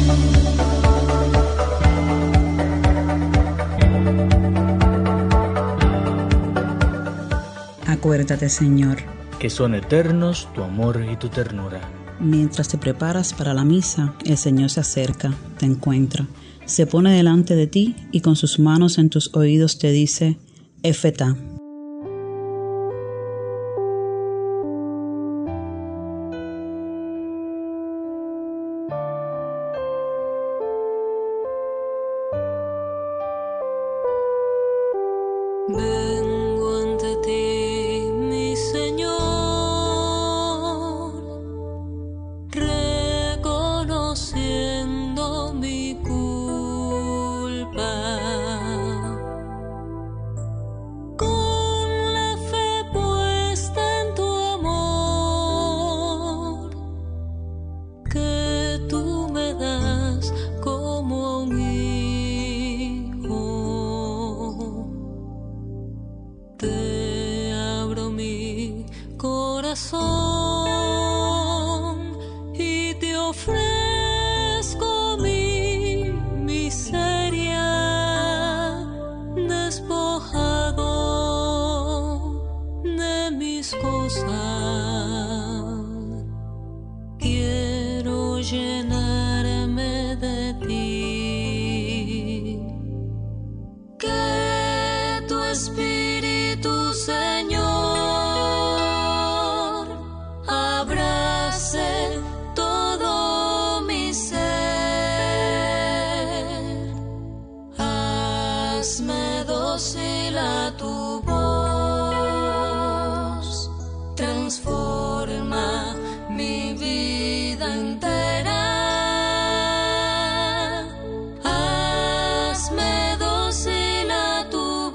Acuérdate, Señor, que son eternos tu amor y tu ternura. Mientras te preparas para la misa, el Señor se acerca, te encuentra, se pone delante de ti y con sus manos en tus oídos te dice, Efetá. Vengo ante ti, mi Señor, reconociendo mi culpa. Con la fe puesta en tu amor, que tú me das como un hijo. Te abro mi corazón y te ofrezco mi miseria, despojado de mis cosas. Quiero llenarme de ti. Que tu Espíritu, Señor, abrace todo mi ser. Hazme dócil a tu voz, transforma mi vida entera. Hazme dócil a tu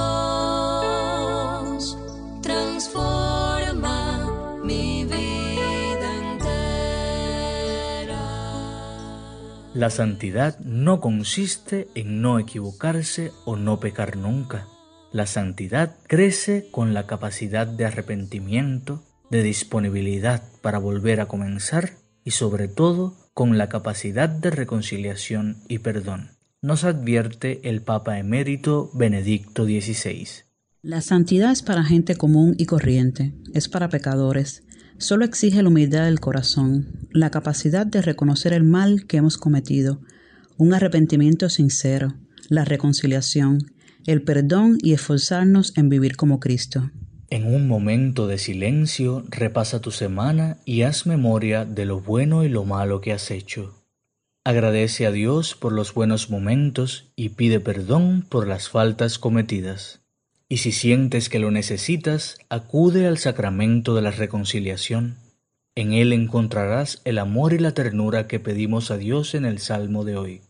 voz, transforma mi vida entera. La santidad no consiste en no equivocarse o no pecar nunca. La santidad crece con la capacidad de arrepentimiento, de disponibilidad para volver a comenzar y sobre todo con la capacidad de reconciliación y perdón. Nos advierte el Papa Emérito Benedicto XVI. La santidad es para gente común y corriente, es para pecadores. Solo exige la humildad del corazón, la capacidad de reconocer el mal que hemos cometido, un arrepentimiento sincero, la reconciliación, el perdón y esforzarnos en vivir como Cristo. En un momento de silencio, repasa tu semana y haz memoria de lo bueno y lo malo que has hecho. Agradece a Dios por los buenos momentos y pide perdón por las faltas cometidas. Y si sientes que lo necesitas, acude al sacramento de la reconciliación. En él encontrarás el amor y la ternura que pedimos a Dios en el Salmo de hoy.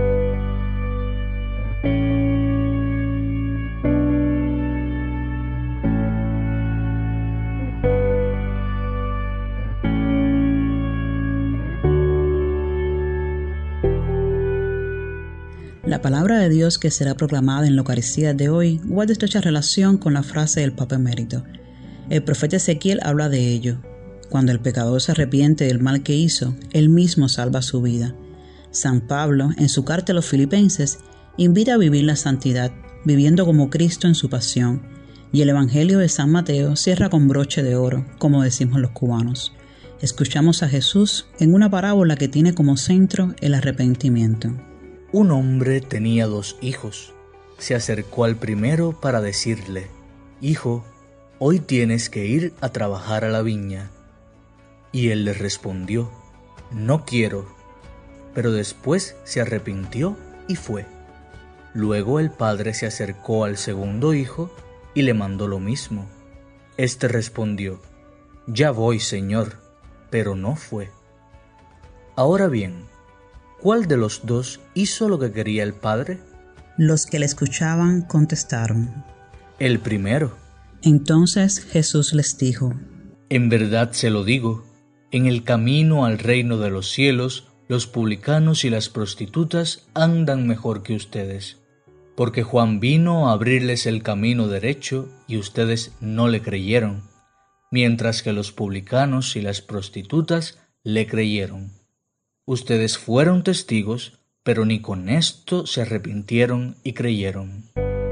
La palabra de Dios que será proclamada en la Eucaristía de hoy guarda estrecha relación con la frase del Papa Emérito. El profeta Ezequiel habla de ello. Cuando el pecador se arrepiente del mal que hizo, él mismo salva su vida. San Pablo, en su carta a los Filipenses, invita a vivir la santidad, viviendo como Cristo en su pasión. Y el Evangelio de San Mateo cierra con broche de oro, como decimos los cubanos. Escuchamos a Jesús en una parábola que tiene como centro el arrepentimiento. Un hombre tenía 2 hijos. Se acercó al primero para decirle: «Hijo, hoy tienes que ir a trabajar a la viña». Y él le respondió: «No quiero». Pero después se arrepintió y fue. Luego el padre se acercó al segundo hijo y le mandó lo mismo. Este respondió: «Ya voy, Señor», pero no fue. Ahora bien, ¿cuál de los 2 hizo lo que quería el padre? Los que le escuchaban contestaron: El primero. Entonces Jesús les dijo: En verdad se lo digo, en el camino al reino de los cielos, los publicanos y las prostitutas andan mejor que ustedes, porque Juan vino a abrirles el camino derecho y ustedes no le creyeron, mientras que los publicanos y las prostitutas le creyeron. Ustedes fueron testigos, pero ni con esto se arrepintieron y creyeron.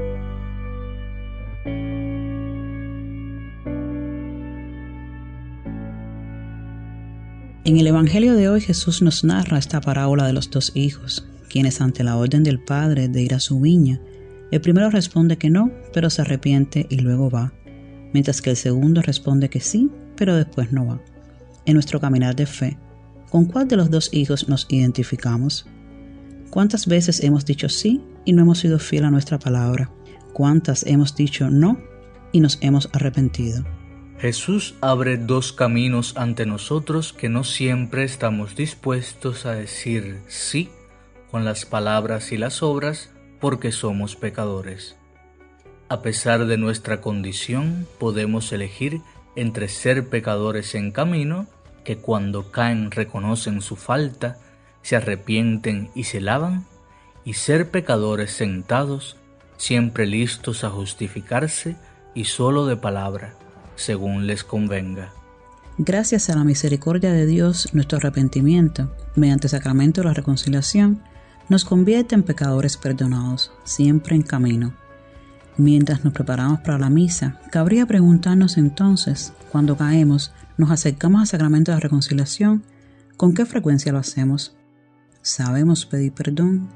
En el Evangelio de hoy Jesús nos narra esta parábola de los dos hijos, quienes ante la orden del padre de ir a su viña, el primero responde que no, pero se arrepiente y luego va, mientras que el segundo responde que sí, pero después no va. En nuestro caminar de fe, ¿con cuál de los dos hijos nos identificamos? ¿Cuántas veces hemos dicho sí y no hemos sido fiel a nuestra palabra? ¿Cuántas hemos dicho no y nos hemos arrepentido? Jesús abre dos caminos ante nosotros que no siempre estamos dispuestos a decir sí con las palabras y las obras porque somos pecadores. A pesar de nuestra condición, podemos elegir entre ser pecadores en camino, que cuando caen reconocen su falta, se arrepienten y se lavan, y ser pecadores sentados, siempre listos a justificarse y solo de palabra, según les convenga. Gracias a la misericordia de Dios, nuestro arrepentimiento, mediante el sacramento de la reconciliación, nos convierte en pecadores perdonados, siempre en camino. Mientras nos preparamos para la misa, cabría preguntarnos entonces, cuando caemos, nos acercamos al sacramento de la reconciliación, ¿con qué frecuencia lo hacemos? ¿Sabemos pedir perdón?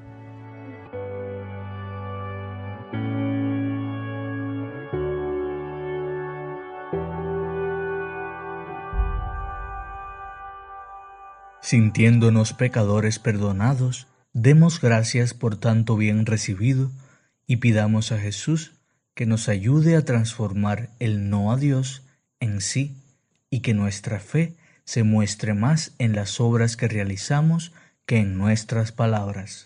Sintiéndonos pecadores perdonados, demos gracias por tanto bien recibido y pidamos a Jesús que nos ayude a transformar el no a Dios en sí y que nuestra fe se muestre más en las obras que realizamos que en nuestras palabras.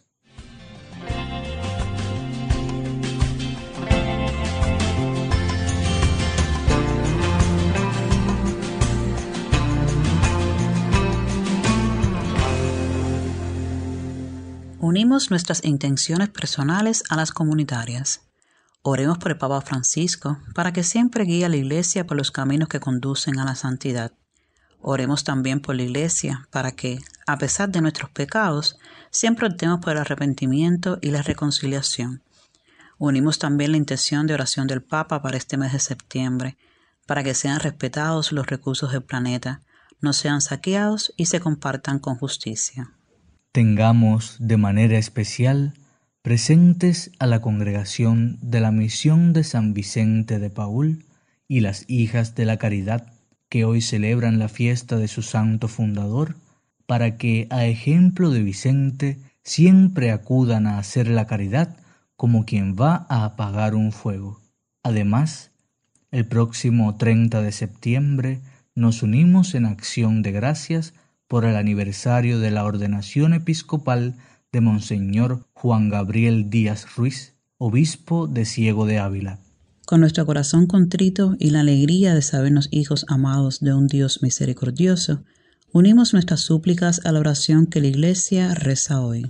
Unimos nuestras intenciones personales a las comunitarias. Oremos por el Papa Francisco para que siempre guíe a la Iglesia por los caminos que conducen a la santidad. Oremos también por la Iglesia para que, a pesar de nuestros pecados, siempre optemos por el arrepentimiento y la reconciliación. Unimos también la intención de oración del Papa para este mes de septiembre, para que sean respetados los recursos del planeta, no sean saqueados y se compartan con justicia. Tengamos de manera especial presentes a la congregación de la Misión de San Vicente de Paúl y las Hijas de la Caridad, que hoy celebran la fiesta de su santo fundador, para que, a ejemplo de Vicente, siempre acudan a hacer la caridad como quien va a apagar un fuego. Además, el próximo 30 de septiembre nos unimos en acción de gracias por el aniversario de la ordenación episcopal de Monseñor Juan Gabriel Díaz Ruiz, obispo de Ciego de Ávila. Con nuestro corazón contrito y la alegría de sabernos hijos amados de un Dios misericordioso, unimos nuestras súplicas a la oración que la Iglesia reza hoy.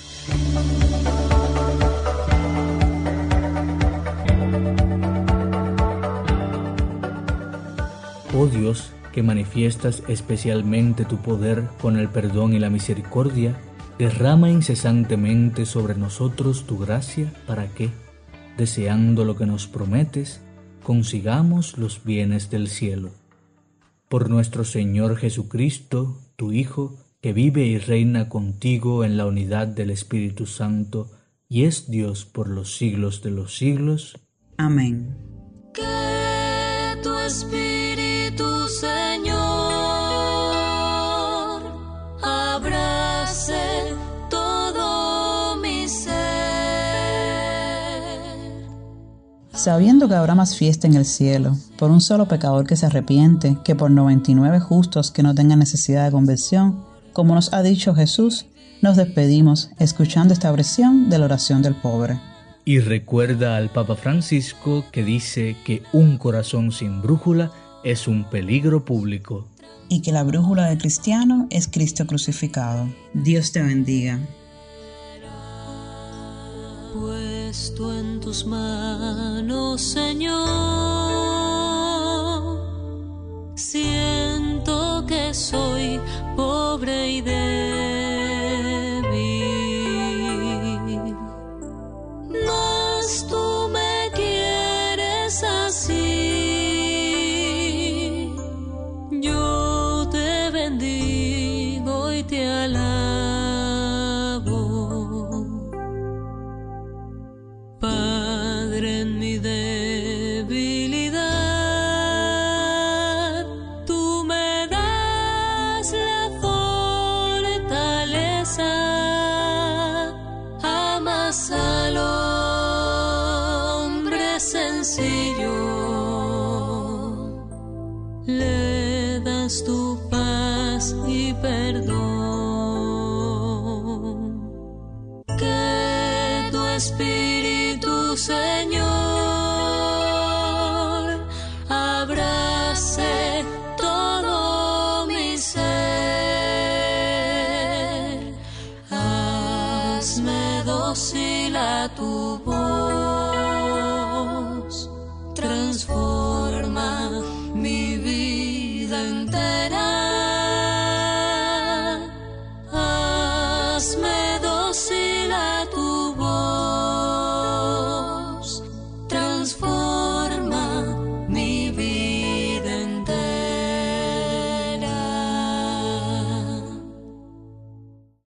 Oh Dios, que manifiestas especialmente tu poder con el perdón y la misericordia, derrama incesantemente sobre nosotros tu gracia para que, deseando lo que nos prometes, consigamos los bienes del cielo. Por nuestro Señor Jesucristo, tu Hijo, que vive y reina contigo en la unidad del Espíritu Santo, y es Dios por los siglos de los siglos. Amén. Que tu Espíritu, Señor, abrace todo mi ser. Sabiendo que habrá más fiesta en el cielo por un solo pecador que se arrepiente que por 99 justos que no tengan necesidad de conversión, como nos ha dicho Jesús, nos despedimos escuchando esta versión de la oración del pobre. Y recuerda al Papa Francisco que dice que un corazón sin brújula es un peligro público. Y que la brújula del cristiano es Cristo crucificado. Dios te bendiga. Puesto en tus manos, Señor, siento que soy pobre y débil. espíritu, Señor, abrace todo mi ser. Hazme dócil a tu voz.